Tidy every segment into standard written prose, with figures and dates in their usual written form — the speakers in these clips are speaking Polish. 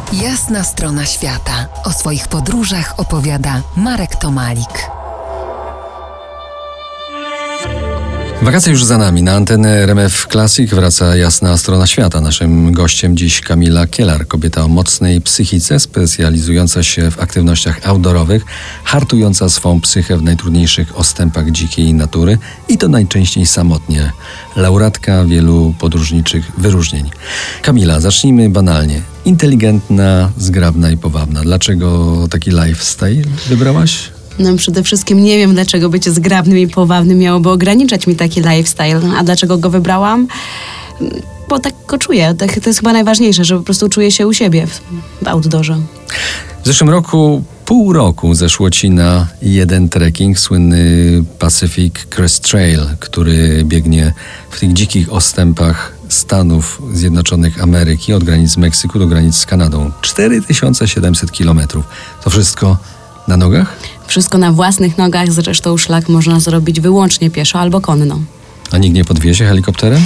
Jasna strona świata. O swoich podróżach opowiada Marek Tomalik. Wakacje już za nami. Na antenę RMF Classic wraca Jasna strona świata. Naszym gościem dziś Kamila Kielar, kobieta o mocnej psychice, specjalizująca się w aktywnościach outdoorowych, hartująca swą psychę w najtrudniejszych ostępach dzikiej natury i to najczęściej samotnie. Laureatka wielu podróżniczych wyróżnień. Kamila, zacznijmy banalnie. Inteligentna, zgrabna i powabna. Dlaczego taki lifestyle wybrałaś? No przede wszystkim nie wiem, dlaczego bycie zgrabnym i powabnym miałoby ograniczać mi taki lifestyle. A dlaczego go wybrałam? Bo tak go czuję. To jest chyba najważniejsze, że po prostu czuję się u siebie w outdoorze. W zeszłym roku pół roku zeszło ci na jeden trekking, słynny Pacific Crest Trail, który biegnie w tych dzikich ostępach Stanów Zjednoczonych Ameryki, od granic Meksyku do granic z Kanadą. 4700 kilometrów. To wszystko na nogach? Wszystko na własnych nogach, zresztą szlak można zrobić wyłącznie pieszo albo konno. A nikt nie podwiezie helikopterem?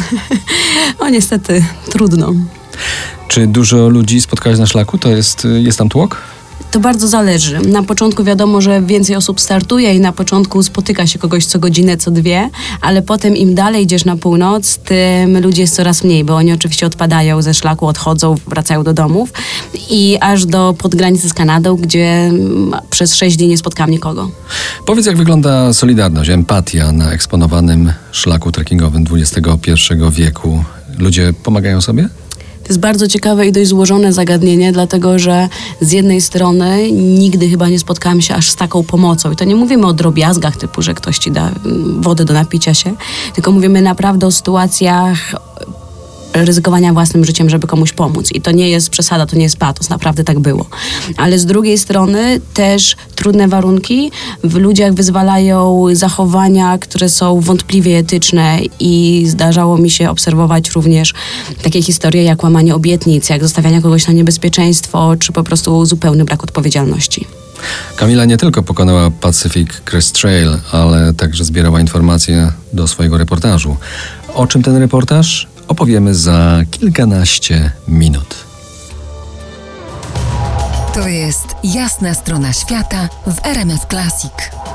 O niestety, trudno. Czy dużo ludzi spotkałaś na szlaku? Jest tam tłok? To bardzo zależy. Na początku wiadomo, że więcej osób startuje i na początku spotyka się kogoś co godzinę, co dwie, ale potem im dalej idziesz na północ, tym ludzi jest coraz mniej, bo oni oczywiście odpadają ze szlaku, odchodzą, wracają do domów i aż do podgranicy z Kanadą, gdzie przez 6 dni nie spotkałam nikogo. Powiedz, jak wygląda solidarność, empatia na eksponowanym szlaku trekkingowym XXI wieku. Ludzie pomagają sobie? To jest bardzo ciekawe i dość złożone zagadnienie, dlatego że z jednej strony nigdy chyba nie spotkałam się aż z taką pomocą. I to nie mówimy o drobiazgach typu, że ktoś ci da wodę do napicia się, tylko mówimy naprawdę o sytuacjach ryzykowania własnym życiem, żeby komuś pomóc. I to nie jest przesada, to nie jest patos, naprawdę tak było. Ale z drugiej strony też trudne warunki w ludziach wyzwalają zachowania, które są wątpliwie etyczne i zdarzało mi się obserwować również takie historie jak łamanie obietnic, jak zostawianie kogoś na niebezpieczeństwo, czy po prostu zupełny brak odpowiedzialności. Kamila nie tylko pokonała Pacific Crest Trail, ale także zbierała informacje do swojego reportażu. O czym ten reportaż? Opowiemy za kilkanaście minut. To jest Jasna strona świata w RMF Classic.